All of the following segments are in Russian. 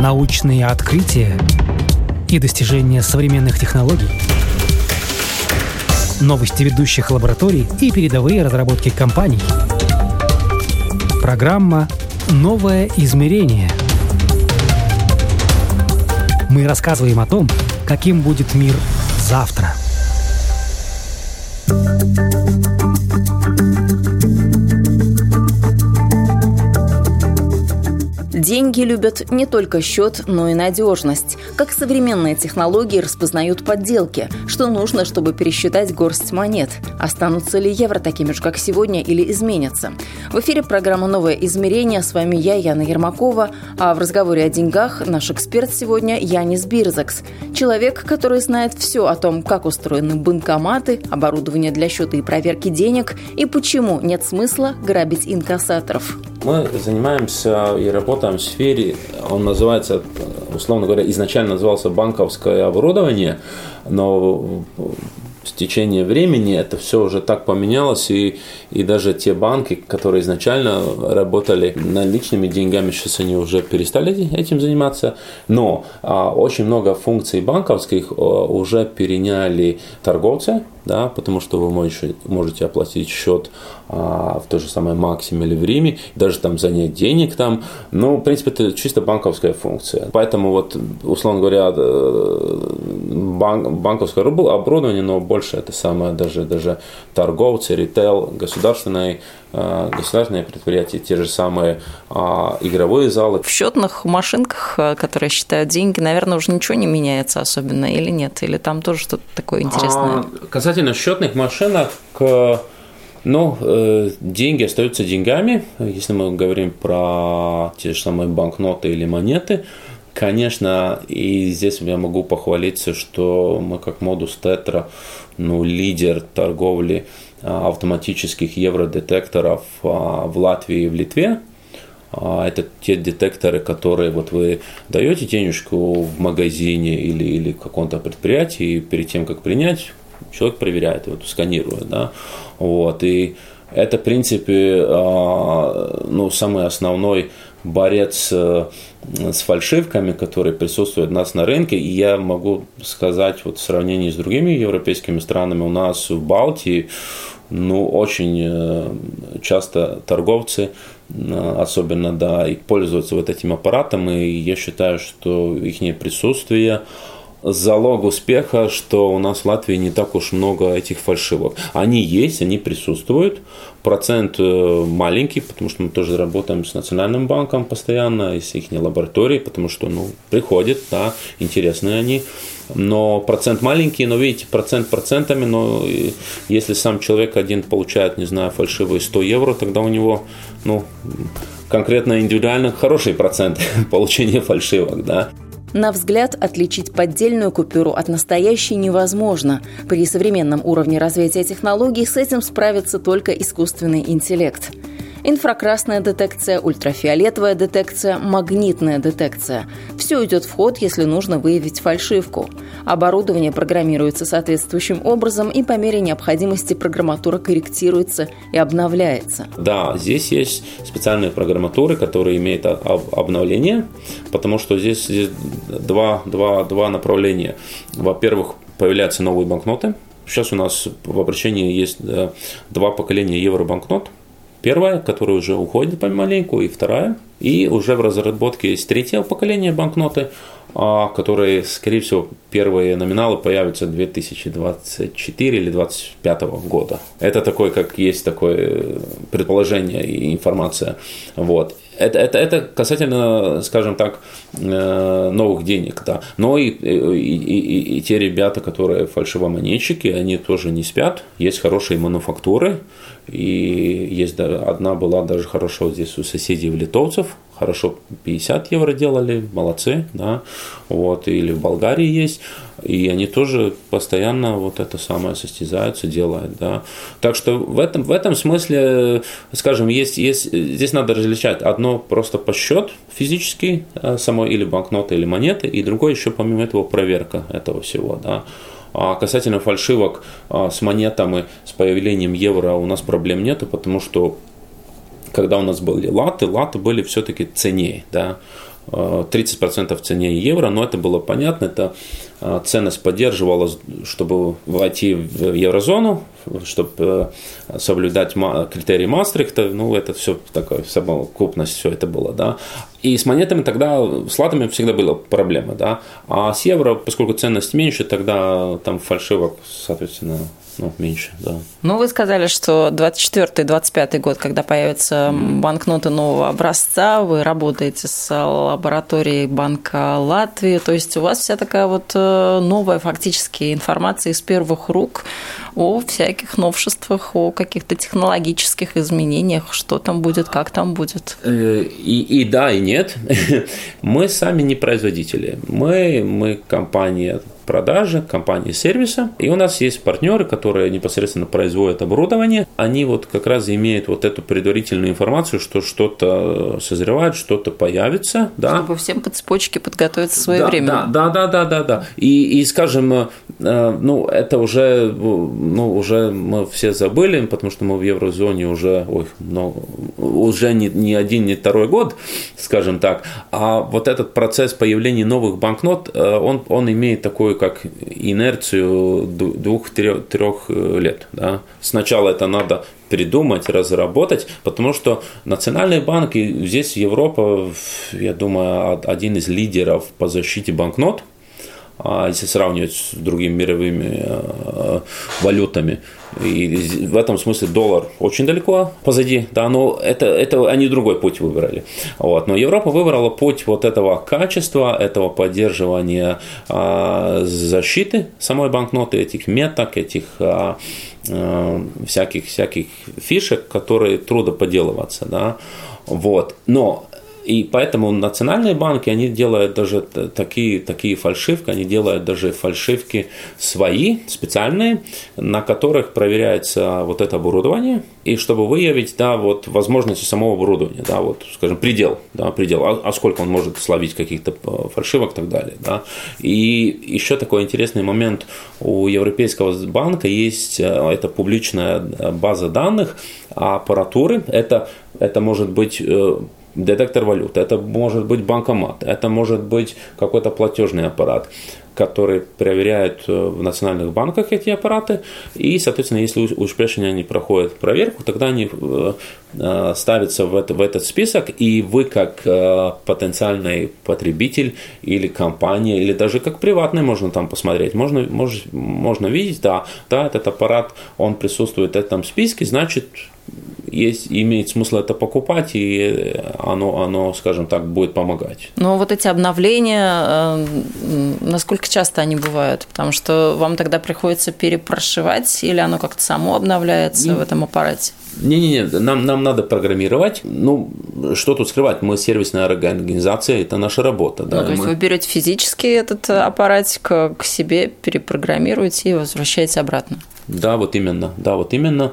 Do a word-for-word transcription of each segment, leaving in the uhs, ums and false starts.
научные открытия и достижения современных технологий, новости ведущих лабораторий и передовые разработки компаний. Программа «Новое измерение». Мы рассказываем о том, каким будет мир завтра. Деньги любят не только счет, но и надежность. Как современные технологии распознают подделки? Что нужно, чтобы пересчитать горсть монет? Останутся ли евро такими же, как сегодня, или изменятся? В эфире программа «Новое измерение». С вами я, Яна Ермакова. А в разговоре о деньгах наш эксперт сегодня Янис Бирзакс. Человек, который знает все о том, как устроены банкоматы, оборудование для счета и проверки денег, и почему нет смысла грабить инкассаторов. Мы занимаемся и работаем в сфере, он называется, условно говоря, изначально назывался банковское оборудование, но с течением времени это все уже так поменялось, и, и даже те банки, которые изначально работали наличными деньгами, сейчас они уже перестали этим заниматься, но а, очень много функций банковских а, уже переняли торговцы, да, потому что вы можете, можете оплатить счет а, в той же самой Максиме или в Риме, даже там занять денег там, ну, в принципе, это чисто банковская функция. Поэтому вот, условно говоря, банк, банковское оборудование, но больше это самое даже, даже торговцы, ритейл, государственные, государственные предприятия, те же самые а, игровые залы. В счетных машинках, которые считают деньги, наверное, уже ничего не меняется особенно или нет? Или там тоже что-то такое интересное? А, касательно счетных машинок, ну, э, деньги остаются деньгами. Если мы говорим про те же самые банкноты или монеты, конечно, и здесь я могу похвалиться, что мы как Modus Tetra, ну, лидер торговли автоматических евродетекторов в Латвии и в Литве. Это те детекторы, которые вот вы даете денежку в магазине или, или в каком-то предприятии, и перед тем, как принять, человек проверяет, вот, сканирует. Да? Вот, и это, в принципе, ну, самый основной борец с фальшивками, который присутствует у нас на рынке. И я могу сказать, вот в сравнении с другими европейскими странами, у нас в Балтии, ну, очень часто торговцы, особенно, да, и пользуются вот этим аппаратом, и я считаю, что их присутствие залог успеха, что у нас в Латвии не так уж много этих фальшивок. Они есть, они присутствуют. Процент маленький, потому что мы тоже работаем с Национальным банком постоянно, и с их лабораторией, потому что, ну, приходят, да, интересные они. Но процент маленький, но видите, процент процентами, но если сам человек один получает, не знаю, фальшивые сто евро, тогда у него, ну, конкретно индивидуально хороший процент получения фальшивок, да. На взгляд, отличить поддельную купюру от настоящей невозможно. При современном уровне развития технологий с этим справится только искусственный интеллект. Инфракрасная детекция, ультрафиолетовая детекция, магнитная детекция. Все идет в ход, если нужно выявить фальшивку. Оборудование программируется соответствующим образом, и по мере необходимости программатура корректируется и обновляется. Да, здесь есть специальные программатуры, которые имеют обновление, потому что здесь, здесь два, два, два направления. Во-первых, появляются новые банкноты. Сейчас у нас в обращении есть два поколения евробанкнот. Первая, которая уже уходит помаленьку, и вторая. И уже в разработке есть третье поколение банкноты, которые, скорее всего, первые номиналы появятся две тысячи двадцать четвёртого или две тысячи двадцать пятого года. Это такое, как есть такое предположение и информация. Вот. Это, это, это касательно, скажем так, новых денег, да. Но и, и, и, и те ребята, которые фальшивомонетчики, они тоже не спят. Есть хорошие мануфактуры. И есть одна была даже хорошая вот здесь у соседей в литовцев. Хорошо пятьдесят евро делали, молодцы, да. Вот, или в Болгарии есть. И они тоже постоянно вот это самое состязаются, делают, да. Так что в этом, в этом смысле, скажем, есть, есть, здесь надо различать одно просто подсчет физический самой или банкноты, или монеты, и другое еще помимо этого проверка этого всего, да. А касательно фальшивок с монетами, с появлением евро у нас проблем нету, потому что когда у нас были латы, латы были все-таки ценнее, да. тридцать процентов в цене евро, но это было понятно, это ценность поддерживалась, чтобы войти в еврозону, чтобы соблюдать критерии Мастрихта, ну, это все такая совокупность, все это было, да. И с монетами тогда, с латами всегда была проблема, да, а с евро, поскольку ценность меньше, тогда там фальшивок, соответственно, ну, меньше, да. Ну, вы сказали, что двадцать четвёртый - двадцать пятый год, когда появятся mm. банкноты нового образца, вы работаете с лабораторией Банка Латвии, то есть у вас вся такая вот новая фактически информация из первых рук о всяких новшествах, о каких-то технологических изменениях, что там будет, как там будет. И, и да, и нет. Мы сами не производители. Мы, мы компания продажи, компании сервиса. И у нас есть партнеры, которые непосредственно производят оборудование. Они вот как раз имеют вот эту предварительную информацию, что что-то созревает, что-то появится. Да? Чтобы всем по цепочке подготовиться своевременно. Да, да, да, да, да, да. И, и скажем, ну, это уже, ну, уже мы все забыли, потому что мы в еврозоне уже, ой, ну, уже не, не один, не второй год, скажем так. А вот этот процесс появления новых банкнот, он, он имеет такой как инерцию двух-трех лет. Да. Сначала это надо придумать, разработать, потому что национальные банки, здесь Европа, я думаю, один из лидеров по защите банкнот, если сравнивать с другими мировыми валютами. И в этом смысле доллар очень далеко позади, да, но это, это они другой путь выбрали. Вот. Но Европа выбрала путь вот этого качества, этого поддерживания а, защиты самой банкноты, этих меток, этих а, а, всяких, всяких фишек, которые трудно поделываться. Да. Вот. Но и поэтому национальные банки, они делают даже такие, такие фальшивки, они делают даже фальшивки свои, специальные, на которых проверяется вот это оборудование, и чтобы выявить, да, вот возможности самого оборудования, да, вот, скажем, предел, да, предел, а, а сколько он может словить каких-то фальшивок и так далее, да. И еще такой интересный момент, у Европейского банка есть, это публичная база данных аппаратуры, это, это может быть детектор валют, это может быть банкомат, это может быть какой-то платежный аппарат, который проверяет в национальных банках эти аппараты, и, соответственно, если успешно они проходят проверку, тогда они ставятся в, это, в этот список, и вы, как потенциальный потребитель или компания, или даже как приватный, можно там посмотреть, можно, можно, можно видеть, да, да, этот аппарат, он присутствует в этом списке, значит, есть, имеет смысл это покупать, и оно, оно, скажем так, будет помогать. Но вот эти обновления, насколько часто они бывают? Потому что вам тогда приходится перепрошивать, или оно как-то само обновляется Не. в этом аппарате? Не-не-не, нам, нам надо программировать. Ну, что тут скрывать? Мы сервисная организация, это наша работа. Да? Ну, то есть мы... вы берете физически этот аппаратик к себе, перепрограммируете и возвращаете обратно? Да, вот именно, да, вот именно.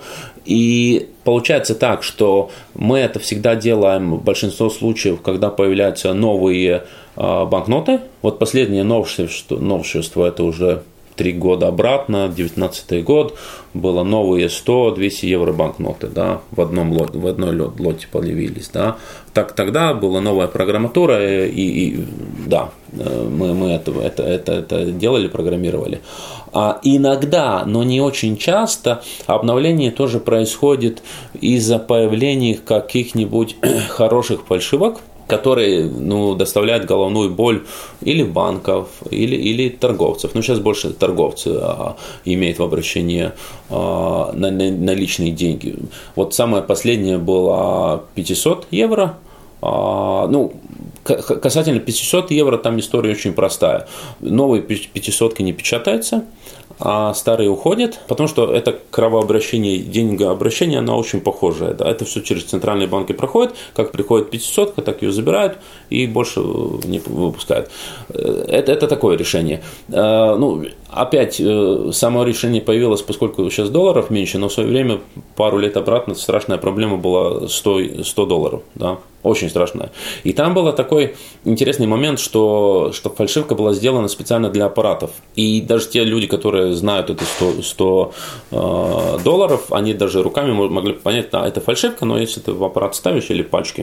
И получается так, что мы это всегда делаем в большинстве случаев, когда появляются новые э, банкноты. Вот последнее новшество, новшество это уже три года обратно, девятнадцатый год, было новые сто-двести евро банкноты, да, в одном лоте, в одной лоте появились, да. Так тогда была новая программатура, и, и да, мы, мы это, это, это, это делали, программировали. А иногда, но не очень часто, обновление тоже происходит из-за появления каких-нибудь хороших фальшивок, которые, ну, доставляют головную боль или банков, или, или торговцев. Ну, сейчас больше торговцы а, имеют в обращении а, на, на, наличные деньги. Вот самое последнее было пятьсот евро. А, ну, касательно пятьсот евро, там история очень простая. Новые пятисотки не печатаются, а старые уходят, потому что это кровообращение, деньгообращение, оно очень похожее. Да? Это все через центральные банки проходит. Как приходит пятисотка, так ее забирают и больше не выпускают. Это, это такое решение. Ну, опять, само решение появилось, поскольку сейчас долларов меньше, но в свое время, пару лет обратно, страшная проблема была сто долларов. Да? Очень страшная. И там был такой интересный момент, что, что фальшивка была сделана специально для аппаратов. И даже те люди, которые знают это сто, сто долларов, они даже руками могли понять, да, это фальшивка, но если ты в аппарат ставишь или пачки,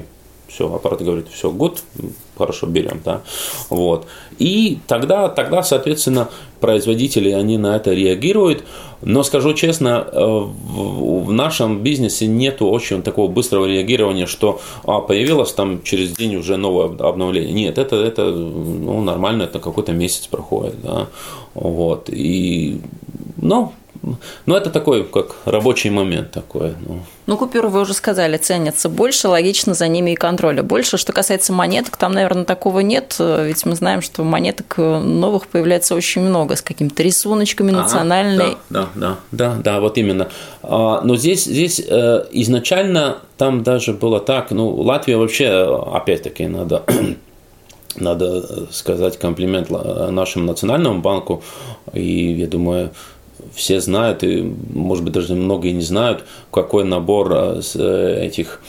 все, аппарат говорит, все, good, хорошо, берем, да, вот. И тогда, тогда, соответственно, производители, они на это реагируют, но, скажу честно, в нашем бизнесе нету очень такого быстрого реагирования, что а, появилось там через день уже новое обновление. Нет, это, это ну, нормально, это какой-то месяц проходит, да, вот, и, ну, Ну, это такой, как рабочий момент такой. Ну. ну, купюры, вы уже сказали, ценятся больше, логично за ними и контроля больше. Что касается монеток, там, наверное, такого нет, ведь мы знаем, что монеток новых появляется очень много, с какими-то рисуночками, национальной. Ага, да, да, да, да, да, вот именно. Но здесь, здесь изначально там даже было так, ну, Латвия вообще, опять-таки, надо... Надо сказать комплимент нашему национальному банку, и, я думаю, все знают, и, может быть, даже многие не знают, какой набор этих,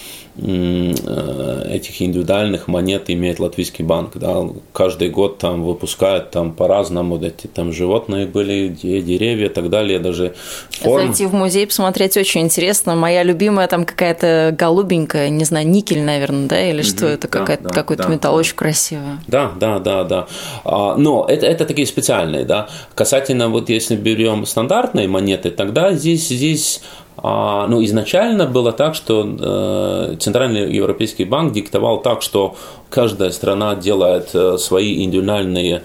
этих индивидуальных монет имеет Латвийский банк. Да. Каждый год там выпускают там по-разному, вот эти там животные были, деревья и так далее, даже форм. Зайти в музей, посмотреть очень интересно. Моя любимая там какая-то голубенькая, не знаю, никель, наверное, да, или что mm-hmm. это, да, какая-то, да, какой-то да, металл, да. Очень красивый. Да, да, да, да. Но это, это такие специальные, да. Касательно, вот если берем стандартные монеты, тогда здесь, здесь ну, изначально было так, что Центральный Европейский банк диктовал так, что каждая страна делает свои индивидуальные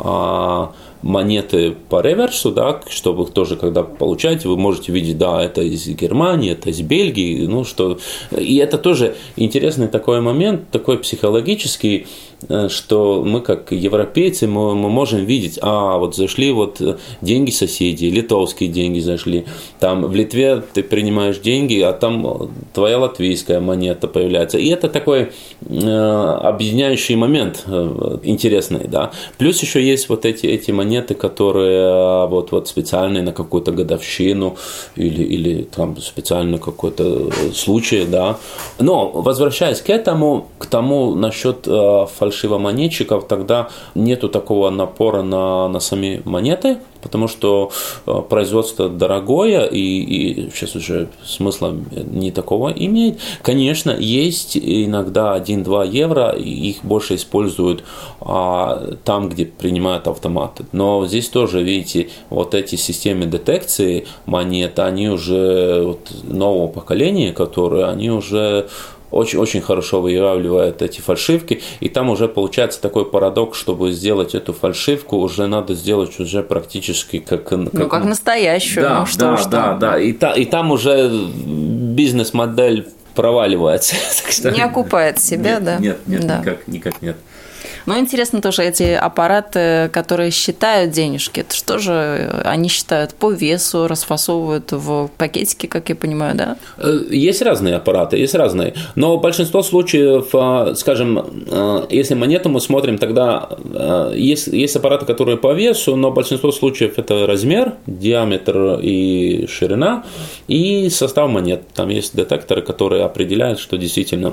монеты по реверсу, да, что вы тоже, когда получаете, вы можете видеть, да, это из Германии, это из Бельгии, ну, что... И это тоже интересный такой момент, такой психологический, что мы, как европейцы, мы, мы можем видеть, а, вот зашли вот деньги соседей, литовские деньги зашли, там в Литве ты принимаешь деньги, а там твоя латвийская монета появляется. И это такой э, объединяющий момент э, интересный, да. Плюс еще есть вот эти, эти монеты, которые вот, вот специальные на какую-то годовщину или, или там специально какой-то случай, да. Но, возвращаясь к этому, к тому насчет э, фальшивомонетчиков, тогда нету такого напора на, на сами монеты, потому что производство дорогое, и, и сейчас уже смысла не такого имеет. Конечно, есть иногда один-два евро, и их больше используют а, там, где принимают автоматы. Но здесь тоже, видите, вот эти системы детекции монет, они уже вот, нового поколения, которые они уже очень-очень хорошо выявляют эти фальшивки, и там уже получается такой парадокс, чтобы сделать эту фальшивку, уже надо сделать уже практически как... как ну, как настоящую, да, ну что да, что. Да, да, и, та, и там уже бизнес-модель проваливается. Не окупает себя, нет, да? Нет, нет, да. Никак, никак нет. Но интересно тоже эти аппараты, которые считают денежки. Это что же они считают по весу, расфасовывают в пакетики, как я понимаю, да? Есть разные аппараты, есть разные. Но большинство случаев, скажем, если монету мы смотрим, тогда есть, есть аппараты, которые по весу, но большинство случаев это размер, диаметр и ширина, и состав монет. Там есть детекторы, которые определяют, что действительно...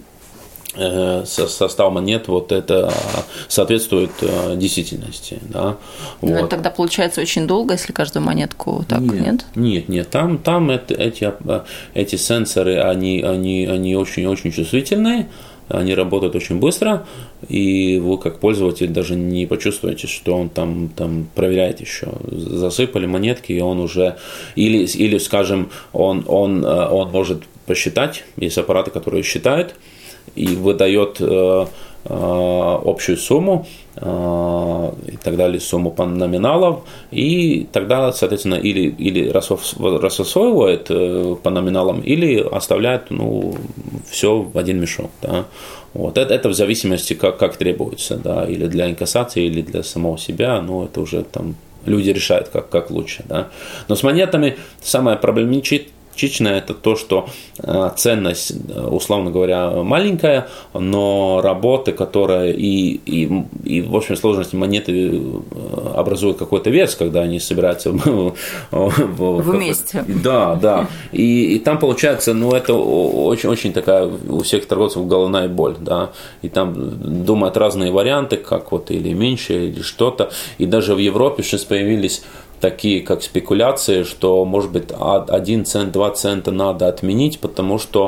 состав монет вот это соответствует действительности, да. Но вот. Это тогда получается очень долго, если каждую монетку так, нет? Нет, нет, нет. Там, там это, эти, эти сенсоры, они, они, они очень-очень чувствительные, они работают очень быстро, и вы как пользователь даже не почувствуете, что он там, там проверяет еще. Засыпали монетки, и он уже, или, или скажем, он, он, он может посчитать, есть аппараты, которые считают, и выдает э, э, общую сумму э, и так далее, сумму по номиналам, и тогда, соответственно, или, или расфасовывает э, по номиналам, или оставляет ну, все в один мешок. Да. Вот. Это, это в зависимости, как, как требуется, да, или для инкассации, или для самого себя, ну, это уже там люди решают, как, как лучше. Да. Но с монетами самое проблематичное это то, что ценность, условно говоря, маленькая, но работы, которые и, и, и в общей сложности монеты образуют какой-то вес, когда они собираются в, в, вместе. Да, да. И, и там получается, ну, это очень-очень такая у всех торговцев головная боль, да. И там думают разные варианты, как вот или меньше, или что-то. И даже в Европе сейчас появились такие как спекуляции, что, может быть, один цент, два цента надо отменить, потому что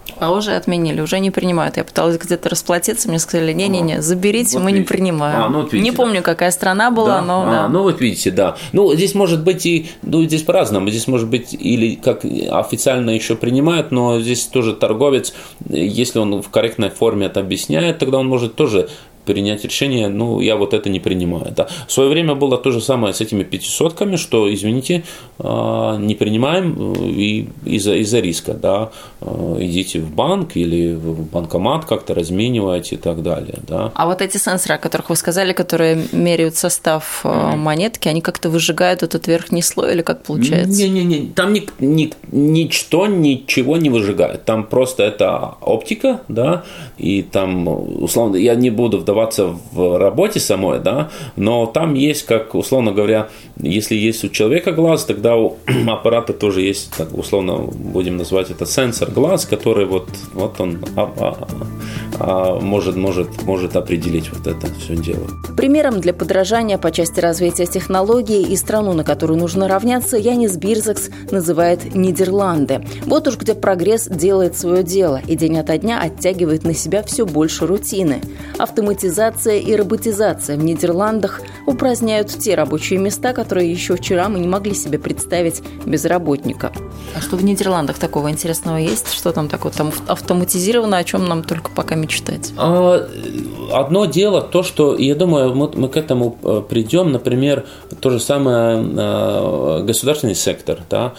А уже отменили, уже не принимают. Я пыталась где-то расплатиться, мне сказали, не-не-не, заберите, вот мы видите. Не принимаем. А, ну, вот не помню, какая страна была, да? но а, да. Ну, вот видите, да. Ну, здесь может быть и, ну, здесь по-разному. Здесь может быть или как официально еще принимают, но здесь тоже торговец, если он в корректной форме это объясняет, тогда он может тоже принять решение, ну, я вот это не принимаю. Да. В свое время было то же самое с этими пятисотками, что, извините, не принимаем и из-за, из-за риска, да, идите в банк или в банкомат, как-то разменивайте и так далее. Да. А вот эти сенсоры, о которых вы сказали, которые меряют состав mm-hmm. монетки, они как-то выжигают этот верхний слой или как получается? Не-не-не, там ни, ни, ничто, ничего не выжигает. Там просто это оптика, да, и там, условно, я не буду вдаваться в работе самой, да, но там есть, как, условно говоря, если есть у человека глаз, тогда у аппарата тоже есть, так, условно будем называть это сенсор глаз, который вот, вот он а, а, а, может, может, может определить вот это все дело. Примером для подражания по части развития технологий и страну, на которую нужно равняться, Янис Бирзекс называет Нидерланды. Вот уж где прогресс делает свое дело и день ото дня оттягивает на себя все больше рутины. Автоматизация и роботизация в Нидерландах упраздняют те рабочие места, которые еще вчера мы не могли себе представить без работника. А что в Нидерландах такого интересного есть? Что там такое? Там автоматизировано, о чем нам только пока мечтать? Одно дело то, что, я думаю, мы, мы к этому придем, например, то же самое государственный сектор, да,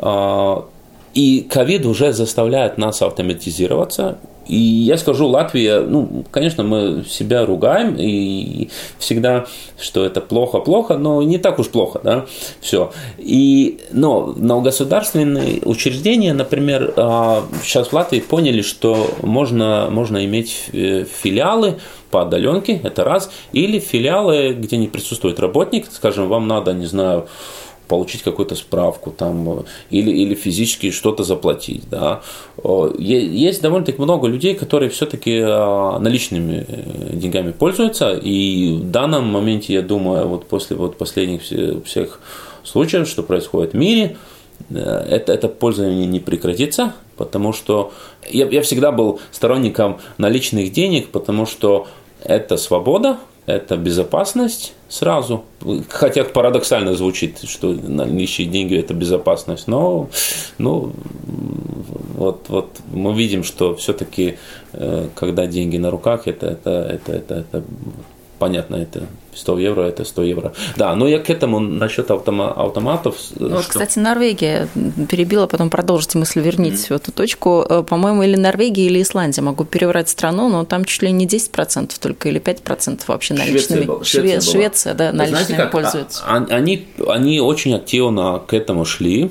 и ковид уже заставляет нас автоматизироваться. И я скажу, Латвия, ну, конечно, мы себя ругаем, и всегда, что это плохо-плохо, но не так уж плохо, да, все. И, но, но государственные учреждения, например, сейчас в Латвии поняли, что можно, можно иметь филиалы по удаленке, это раз, или филиалы, где не присутствует работник, скажем, вам надо, не знаю, получить какую-то справку там, или, или физически что-то заплатить. Да. Есть довольно-таки много людей, которые все-таки наличными деньгами пользуются, и в данном моменте, я думаю, вот после вот последних всех случаев, что происходит в мире, это, это пользование не прекратится, потому что я, я всегда был сторонником наличных денег, потому что это свобода, это безопасность сразу, хотя парадоксально звучит, что наличие деньги – это безопасность, но ну, вот, вот мы видим, что все-таки, когда деньги на руках, это, это, это, это, это понятно, это сто евро, это сто евро. Да, но я к этому насчет автома, автоматов. Вот, что... Кстати, Норвегия перебила, потом продолжите мысль, вернитесь mm-hmm. в эту точку. По-моему, или Норвегия, или Исландия. Могу переврать страну, но там чуть ли не десять процентов только, или пять процентов вообще наличными. Швеция, Шве... Швеция да, наличными Знаете, как? пользуется. Они, они очень активно к этому шли.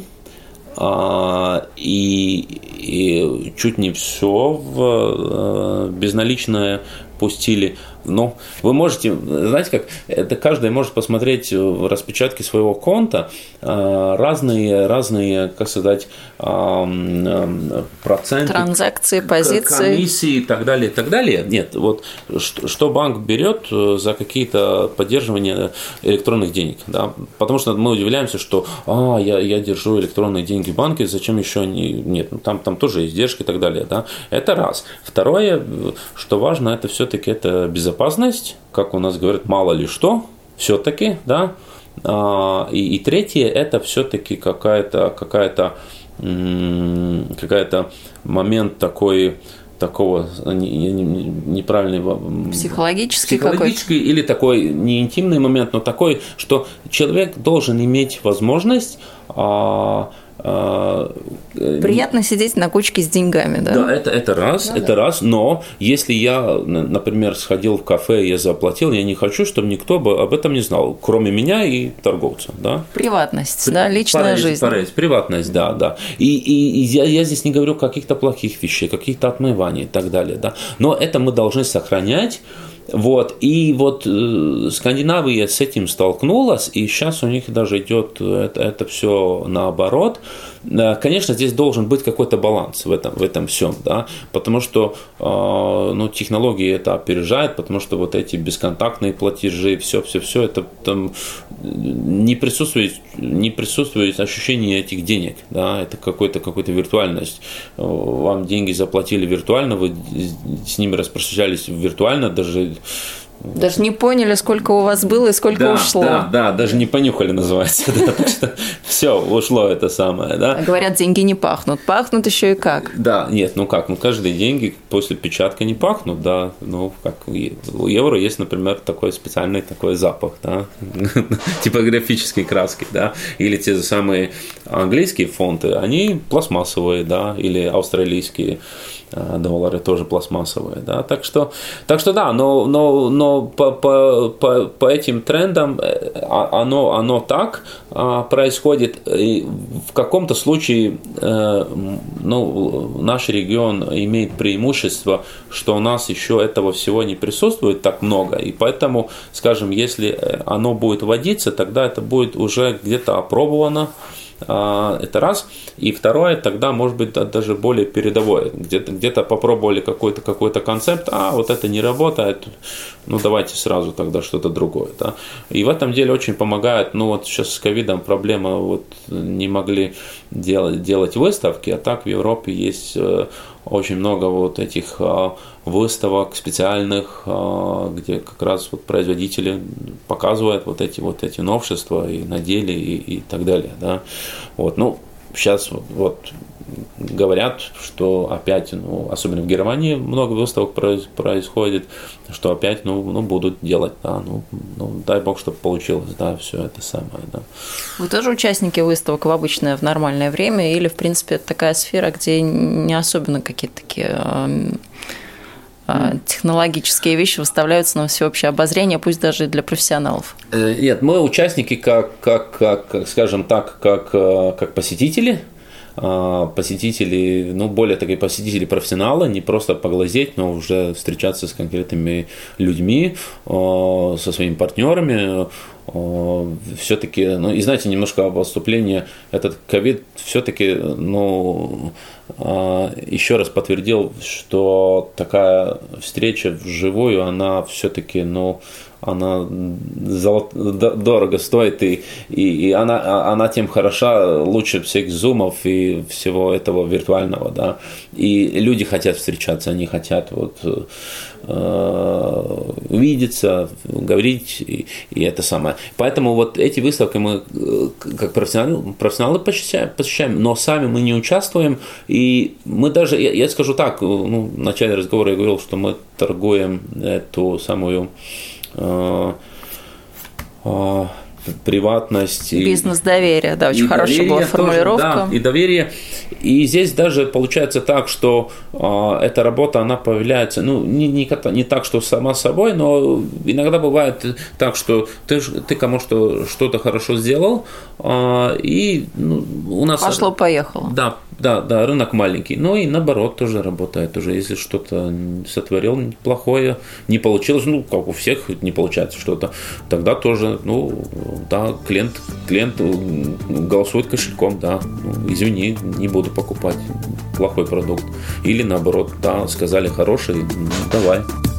И, и чуть не все в безналичное пустили. Но вы можете, знаете как, это каждый может посмотреть в распечатке своего конта разные, разные, как сказать, проценты. Транзакции, позиции. Комиссии и так далее, и так далее. Нет, вот что банк берет за какие-то поддерживания электронных денег. Да? Потому что мы удивляемся, что а, я, я держу электронные деньги в банке, зачем еще они... Нет, там, там тоже издержки и так далее. Да? Это раз. Второе, что важно, это все-таки это безопасность. Безопасность, как у нас говорят, мало ли что, все-таки, да, и, и третье, это все-таки какая-то, какая-то, какая-то момент такой, такого неправильного... Психологический, психологический какой-то. Или такой не интимный момент, но такой, что человек должен иметь возможность... Приятно сидеть на кучке с деньгами, да? Да, это, это раз, ну, это да. раз, но если я, например, сходил в кафе, я заплатил, я не хочу, чтобы никто об этом не знал, кроме меня и торговца, да? Приватность, При, да, личная парень, жизнь. Парень, приватность, да, да. И, и, и я, я здесь не говорю каких-то плохих вещей, каких-то отмываний и так далее, да, но это мы должны сохранять. Вот, и вот э, Скандинавия с этим столкнулась, и сейчас у них даже идет это, это все наоборот. конечно, здесь должен быть какой-то баланс в этом, в этом всем, да, потому что ну, технологии это опережают, потому что вот эти бесконтактные платежи, все-все-все, это там не присутствует, не присутствует ощущение этих денег, да, это какой-то, какой-то виртуальность. Вам деньги заплатили виртуально, вы с ними распрощались виртуально, даже Даже не поняли, сколько у вас было и сколько да, ушло. Да, да, даже не понюхали, называется. Так что все, ушло это самое. Да. Говорят, деньги не пахнут. Пахнут еще и как. Да, нет, ну как, ну каждые деньги после печатки не пахнут, да. Ну, как у евро есть, например, такой специальный такой запах, да, типографические краски, да, или те же самые английские фонты, они пластмассовые, да, или австралийские доллары тоже пластмассовые, да, так что, так что да, но, но, но по, по, по, по этим трендам оно, оно так происходит, и в каком-то случае, ну, наш регион имеет преимущество, что у нас еще этого всего не присутствует так много, и поэтому, скажем, если оно будет вводиться, тогда это будет уже где-то опробовано. Это раз. И второе, тогда может быть даже более передовое. Где-то, где-то попробовали какой-то, какой-то концепт, а вот это не работает, ну давайте сразу тогда что-то другое. Да? И в этом деле очень помогает, ну вот сейчас с ковидом проблема, вот не могли делать, делать выставки, а так в Европе есть очень много вот этих выставок специальных, где как раз вот производители показывают вот эти вот эти новшества и на деле и, и так далее, да. Вот, ну сейчас вот, вот говорят, что опять, ну, особенно в Германии много выставок происходит, что опять, ну, ну будут делать, да, ну, ну дай бог, чтобы получилось, да, все это самое, да. Вы тоже участники выставок в обычное, в нормальное время, или в принципе это такая сфера, где не особенно какие-то такие технологические вещи выставляются на всеобщее обозрение, пусть даже и для профессионалов? Нет, мы участники, как, как, как скажем так, как, как посетители, посетители, ну, более такие посетители профессионалы, не просто поглазеть, но уже встречаться с конкретными людьми, со своими партнерами. Все-таки, ну, и знаете, немножко об отступлении, этот ковид все-таки, ну, еще раз подтвердил, что такая встреча вживую, она все-таки, ну, она дорого стоит, и, и, и она, она тем хороша, лучше всех зумов и всего этого виртуального, да. И люди хотят встречаться, они хотят вот э, увидеться, говорить, и, и это самое. Поэтому вот эти выставки мы как профессионалы, профессионалы посещаем, посещаем, но сами мы не участвуем, и мы даже, я, я скажу так, ну, в начале разговора я говорил, что мы торгуем эту самую приватность. Бизнес-доверие, да, очень хорошая была формулировка. Тоже, да, и доверие. И здесь даже получается так, что э, эта работа, она появляется, ну, не, не, не так, что сама собой, но иногда бывает так, что ты, ты кому-то что-то хорошо сделал, э, и ну, у нас... Пошло-поехало. Да, да, да, рынок маленький. Ну и наоборот тоже работает уже, если что-то сотворил плохое, не получилось, ну, как у всех не получается что-то, тогда тоже, ну, да, клиент, клиент голосует кошельком, да, ну, извини, не буду покупать плохой продукт. Или наоборот, да, сказали хороший, ну, давай.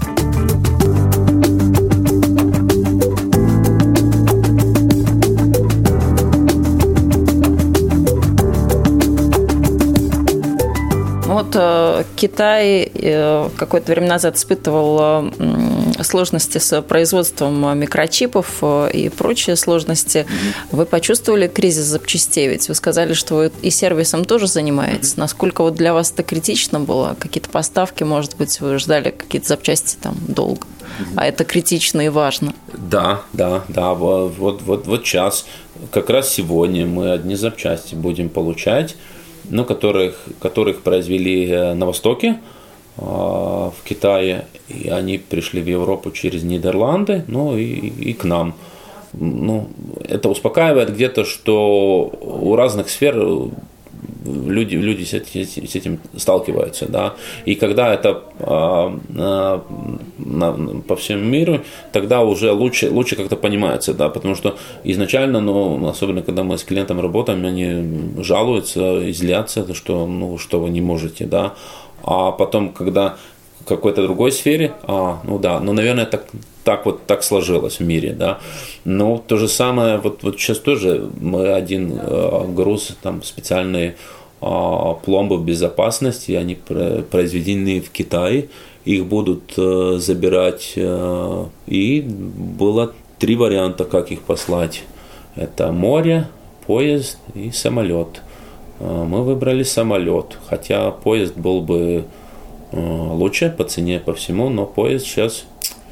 Вот Китай какое-то время назад испытывал сложности с производством микрочипов и прочие сложности. Вы почувствовали кризис запчастей? Ведь вы сказали, что вы и сервисом тоже занимаетесь. Насколько вот для вас это критично было? Какие-то поставки, может быть, вы ждали какие-то запчасти там долго? А это критично и важно. Да, да, да. Вот, вот, вот, вот сейчас, как раз сегодня мы одни запчасти будем получать, ну, которых, которых произвели на Востоке, в Китае, и они пришли в Европу через Нидерланды, ну и, и к нам. Ну, это успокаивает где-то, что у разных сфер люди, люди с этим сталкиваются, да, и когда это а, а, на, по всему миру, тогда уже лучше, лучше как-то понимается, да, потому что изначально, ну, особенно когда мы с клиентом работаем, они жалуются и злятся, что, ну, что вы не можете, да, а потом, когда в какой-то другой сфере, а, ну да, ну, наверное, так, так вот так сложилось в мире, да. Ну, то же самое, вот, вот сейчас тоже мы один э, груз, там, специальные э, пломбы в безопасности, они произведены в Китае, их будут э, забирать, э, и было три варианта, как их послать. Это море, поезд и самолет. Э, мы выбрали самолет, хотя поезд был бы лучше по цене, по всему, но поезд сейчас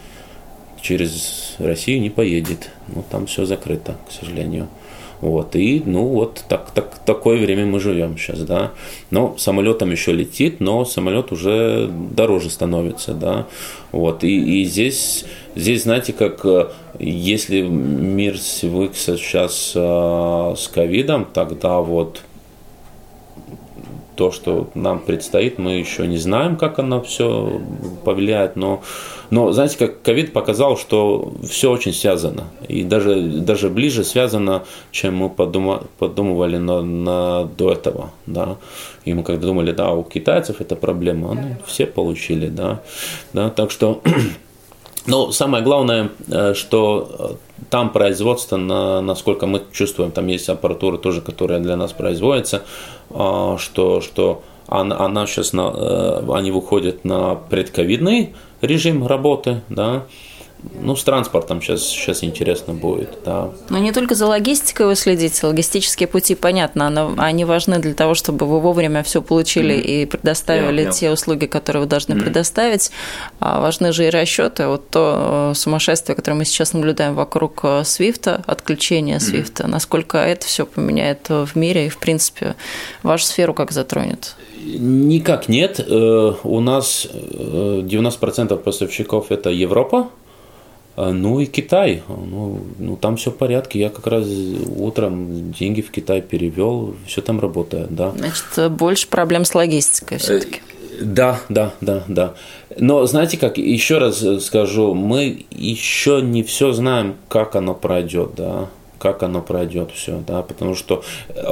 через Россию не поедет. Ну, там все закрыто, к сожалению. Вот, и, ну, вот так, так, такое время мы живем сейчас, да. Но самолетом еще летит, но самолет уже дороже становится, да. Вот, и, и здесь, здесь, знаете, как если мир свыкся сейчас а, с ковидом, тогда вот то, что нам предстоит, мы еще не знаем, как оно все повлияет, но, но знаете, как ковид показал, что все очень связано, и даже, даже ближе связано, чем мы подума, подумывали на, на, до этого, да, и мы когда думали, да, у китайцев это проблема, ну, все получили, да, да, так что, но самое главное, что там производство, на, насколько мы чувствуем, там есть аппаратура тоже, которая для нас производится, что, что она, она сейчас, на, они выходят на предковидный режим работы, да. Ну, с транспортом сейчас, сейчас интересно будет, да. Но не только за логистикой вы следите, логистические пути, понятно, они важны для того, чтобы вы вовремя все получили mm-hmm. и предоставили yeah, yeah. те услуги, которые вы должны mm-hmm. предоставить. А важны же и расчеты. Вот то сумасшествие, которое мы сейчас наблюдаем вокруг свифта, отключения свифта, mm-hmm. насколько это все поменяет в мире и, в принципе, вашу сферу как затронет? Никак нет. У нас девяносто процентов поставщиков – это Европа. Ну и Китай, ну, ну там все в порядке, я как раз утром деньги в Китай перевел, все там работает, да. Значит, больше проблем с логистикой все-таки. Да, да, да, да. Но знаете как, еще раз скажу, мы еще не все знаем, как оно пройдет, да. как оно пройдет все, да, потому что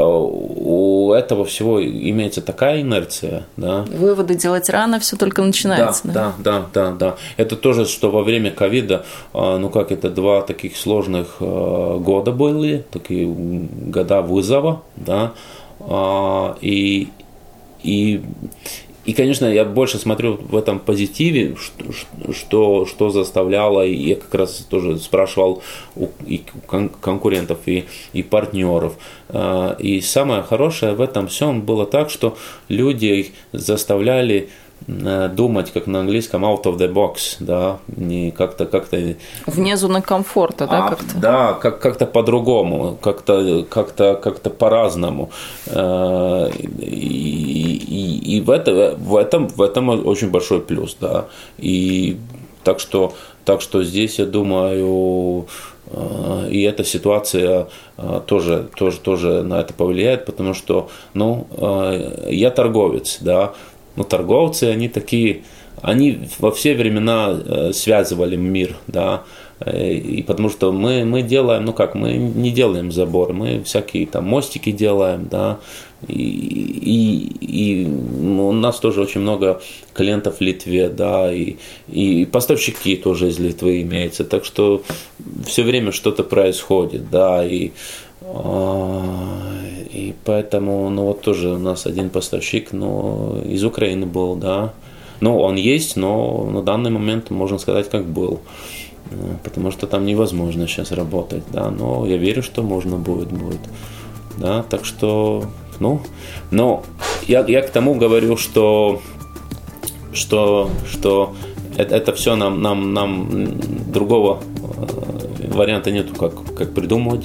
у этого всего имеется такая инерция, да. Выводы делать рано, все только начинается. Да, да, да, да, да. Это тоже, что во время ковида, ну как это, два таких сложных года были, такие года вызова, да, и, и И, конечно, я больше смотрю в этом позитиве, что, что, что заставляло, и я как раз тоже спрашивал у и конкурентов, и, и партнеров. И самое хорошее в этом всем было так, что люди заставляли думать, как на английском, out of the box, да, не как-то, как-то... Вне зоны комфорта, да, а, как-то? Да, как, как-то по-другому, как-то, как-то, как-то по-разному. И, и, и в, это, в, этом, в этом очень большой плюс, да. И так что, так что здесь, я думаю, и эта ситуация тоже, тоже, тоже на это повлияет, потому что, ну, я торговец, да. Ну, торговцы, они такие, они во все времена связывали мир, да, и потому что мы, мы делаем, ну как, мы не делаем заборы, мы всякие там мостики делаем, да, и, и, и у нас тоже очень много клиентов в Литве, да, и, и поставщики тоже из Литвы имеются, так что все время что-то происходит, да, и И поэтому, ну вот тоже у нас один поставщик, но из Украины был, да. Ну, он есть, но на данный момент, можно сказать, как был. Потому что там невозможно сейчас работать, да. Но я верю, что можно будет, будет. Да, так что, ну, но я, я к тому говорю, что, что, что это, это все нам, нам, нам другого варианта нету, как, как придумывать.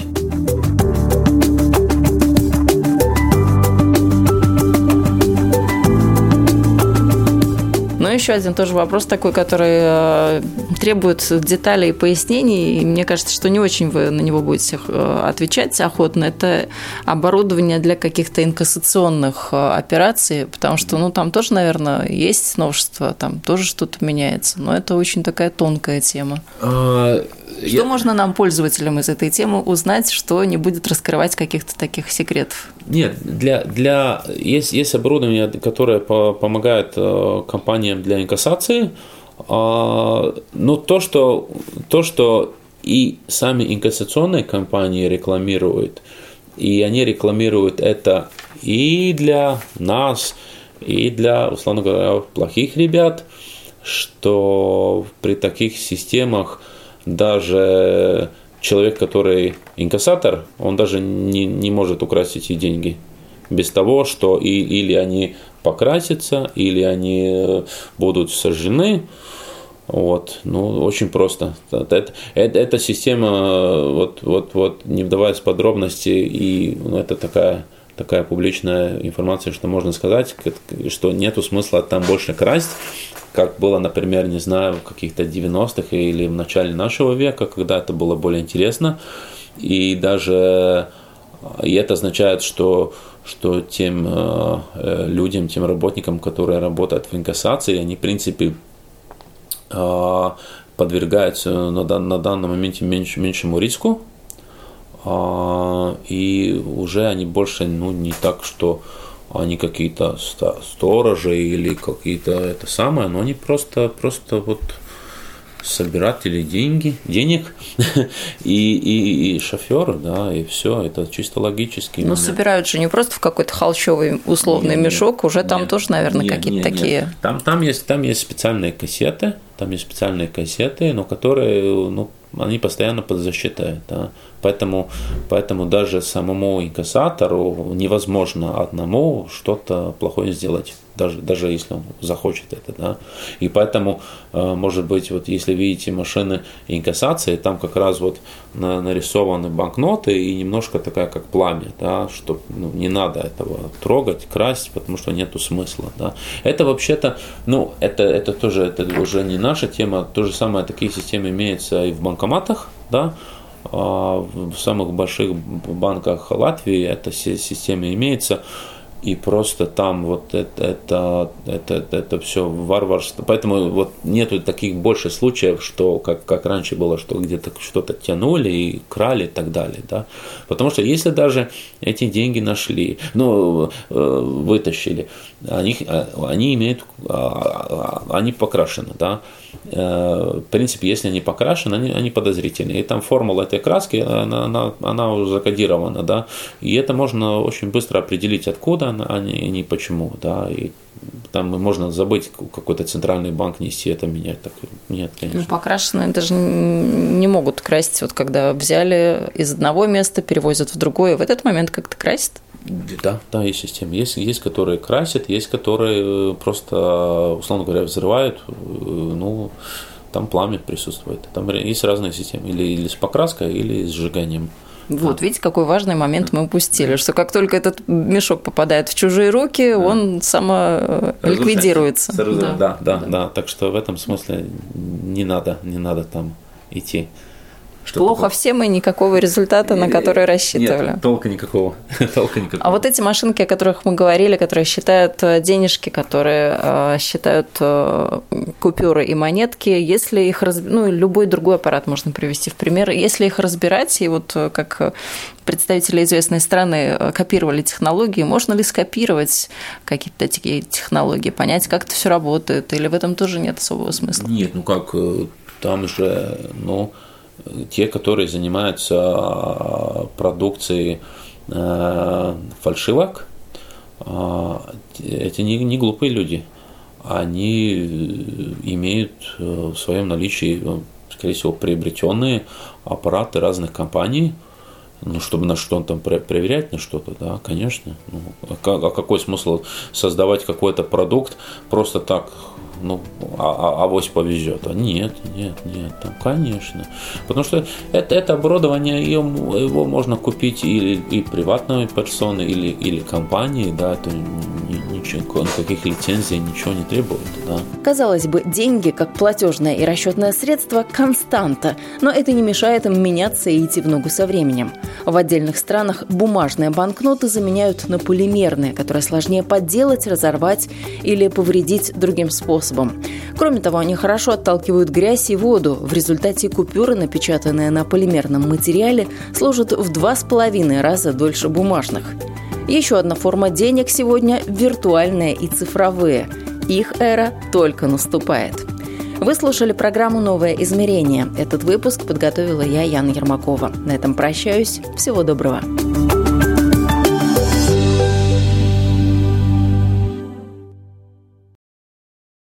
Ну еще один тоже вопрос такой, который требует деталей и пояснений, и мне кажется, что не очень вы на него будете отвечать охотно. Это оборудование для каких-то инкассационных операций, потому что, ну, там тоже, наверное, есть новшества, там тоже что-то меняется, но это очень такая тонкая тема. А, что я... можно нам, пользователям из этой темы, узнать, что не будет раскрывать каких-то таких секретов? Нет, для, для... Есть, есть оборудование, которое по, помогает э, компаниям для инкассации, э, но то что, то, что и сами инкассационные компании рекламируют, и они рекламируют это и для нас, и для, условно говоря, плохих ребят, что при таких системах даже человек, который инкассатор, он даже не, не может украсть эти деньги без того, что и, или они покрасятся, или они будут сожжены. Вот, ну, очень просто. Это, это, эта система, вот, вот, вот, не вдаваясь в подробности, и ну, это такая, такая публичная информация, что можно сказать, что нету смысла там больше красть, как было, например, не знаю, в каких-то девяностых или в начале нашего века, когда это было более интересно. И даже и это означает, что, что тем э, людям, тем работникам, которые работают в инкассации, они, в принципе, э, подвергаются на, на данном моменте меньш, меньшему риску. Э, и уже они больше, ну, не так, что они какие-то сторожи или какие-то это самое, но они просто, просто вот собиратели деньги, денег и, и, и шоферы, да, и все, это чисто логически. Но собирают же не просто в какой-то холщовый условный нет, мешок, уже нет, там тоже, наверное, нет, какие-то нет, такие. Нет. Там, там, есть, там есть специальные кассеты, там есть специальные кассеты, но которые, ну, они постоянно под защитой, да. Поэтому, поэтому даже самому инкассатору невозможно одному что-то плохое сделать, даже, даже если он захочет это, да. И поэтому, может быть, вот если видите машины инкассации, там как раз вот нарисованы банкноты и немножко такая как пламя, да, что ну, не надо этого трогать, красть, потому что нету смысла, да. Это вообще-то, ну, это, это тоже это уже не наша тема, то же самое, такие системы имеются и в банкоматах, да. В самых больших банках Латвии эта система имеется, и просто там вот это, это, это, это все варварство. Поэтому вот нету таких больше случаев, что как, как раньше было, что где-то что-то тянули и крали и так далее. Да? Потому что если даже эти деньги нашли, ну, вытащили, они, они имеют, они покрашены, да. В принципе, если они покрашены, они, они подозрительные. И там формула этой краски, она, она, она уже закодирована, да. И это можно очень быстро определить, откуда она, а не, не почему, да. И там можно забыть какой-то центральный банк нести это менять. Так, нет, конечно. Ну, покрашенные даже не могут красить. Вот когда взяли из одного места, перевозят в другое, в этот момент как-то красят? Да, да, есть системы. Есть, есть, которые красят, есть, которые просто, условно говоря, взрывают. Ну, там пламя присутствует. Там есть разные системы. Или, или с покраской, или с сжиганием. Вот, видите, какой важный момент мы упустили, что как только этот мешок попадает в чужие руки, да, он самоликвидируется. Да. Да, да, да, да. Так что в этом смысле не надо, не надо там идти. Что плохо такое? Всем и никакого результата, на который рассчитывали. Нет, толка никакого. толка никакого. А вот эти машинки, о которых мы говорили, которые считают денежки, которые э, считают э, купюры и монетки, если их разбирать, ну, любой другой аппарат можно привести в пример, если их разбирать, и вот как представители известной страны копировали технологии, можно ли скопировать какие-то такие технологии, понять, как это все работает, или в этом тоже нет особого смысла? Нет, ну как, там же, ну, те, которые занимаются продукцией э, фальшивок, э, это не, не глупые люди. Они имеют в своем наличии, скорее всего, приобретенные аппараты разных компаний, ну, чтобы на что-то там проверять, на что-то, да, конечно. Ну, а какой смысл создавать какой-то продукт просто так ну, а, а, авось повезет. А нет, нет, нет, ну, конечно. Потому что это, это оборудование, его, его можно купить или и приватной персоны, или, или компании, да, это ничего, никаких лицензий, ничего не требует, да. Казалось бы, деньги, как платежное и расчетное средство, константа, но это не мешает им меняться и идти в ногу со временем. В отдельных странах бумажные банкноты заменяют на полимерные, которые сложнее подделать, разорвать или повредить другим способом. Кроме того, они хорошо отталкивают грязь и воду. В результате купюры, напечатанные на полимерном материале, служат в два с половиной раза дольше бумажных. Еще одна форма денег сегодня – виртуальные и цифровые. Их эра только наступает. Вы слушали программу «Новое измерение». Этот выпуск подготовила я, Яна Ермакова. На этом прощаюсь. Всего доброго.